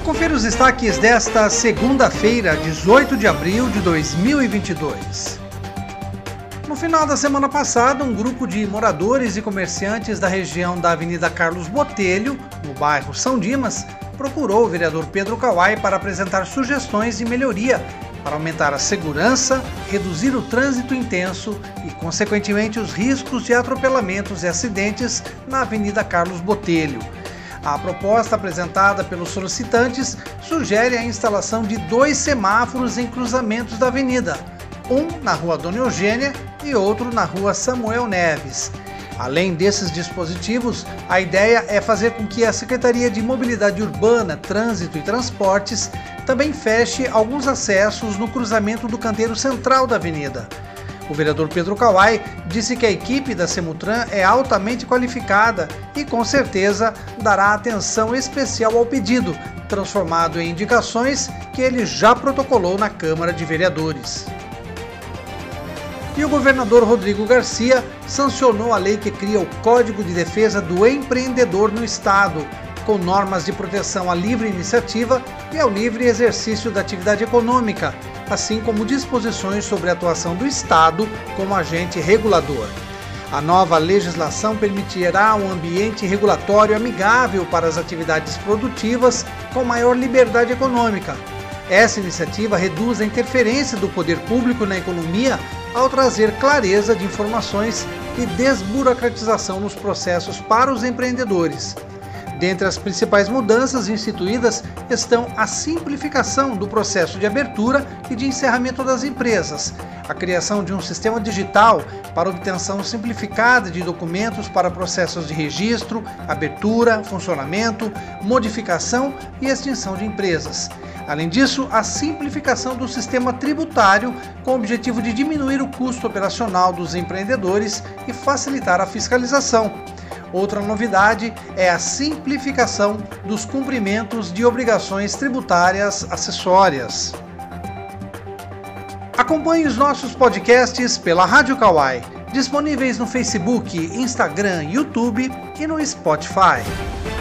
Confira os destaques desta segunda-feira, 18 de abril de 2022. No final da semana passada, um grupo de moradores e comerciantes da região da Avenida Carlos Botelho, no bairro São Dimas, procurou o vereador Pedro Kawai para apresentar sugestões de melhoria para aumentar a segurança, reduzir o trânsito intenso e, consequentemente, os riscos de atropelamentos e acidentes na Avenida Carlos Botelho. A proposta apresentada pelos solicitantes sugere a instalação de 2 semáforos em cruzamentos da avenida, um na Rua Dona Eugênia e outro na Rua Samuel Neves. Além desses dispositivos, a ideia é fazer com que a Secretaria de Mobilidade Urbana, Trânsito e Transportes também feche alguns acessos no cruzamento do canteiro central da avenida. O vereador Pedro Kawai disse que a equipe da Semutran é altamente qualificada e, com certeza, dará atenção especial ao pedido, transformado em indicações que ele já protocolou na Câmara de Vereadores. E o governador Rodrigo Garcia sancionou a lei que cria o Código de Defesa do Empreendedor no Estado, com normas de proteção à livre iniciativa e ao livre exercício da atividade econômica, assim como disposições sobre a atuação do Estado como agente regulador. A nova legislação permitirá um ambiente regulatório amigável para as atividades produtivas com maior liberdade econômica. Essa iniciativa reduz a interferência do poder público na economia ao trazer clareza de informações e desburocratização nos processos para os empreendedores. Dentre as principais mudanças instituídas estão a simplificação do processo de abertura e de encerramento das empresas, a criação de um sistema digital para obtenção simplificada de documentos para processos de registro, abertura, funcionamento, modificação e extinção de empresas. Além disso, a simplificação do sistema tributário com o objetivo de diminuir o custo operacional dos empreendedores e facilitar a fiscalização. Outra novidade é a simplificação dos cumprimentos de obrigações tributárias acessórias. Acompanhe os nossos podcasts pela Rádio Kawai, disponíveis no Facebook, Instagram, YouTube e no Spotify.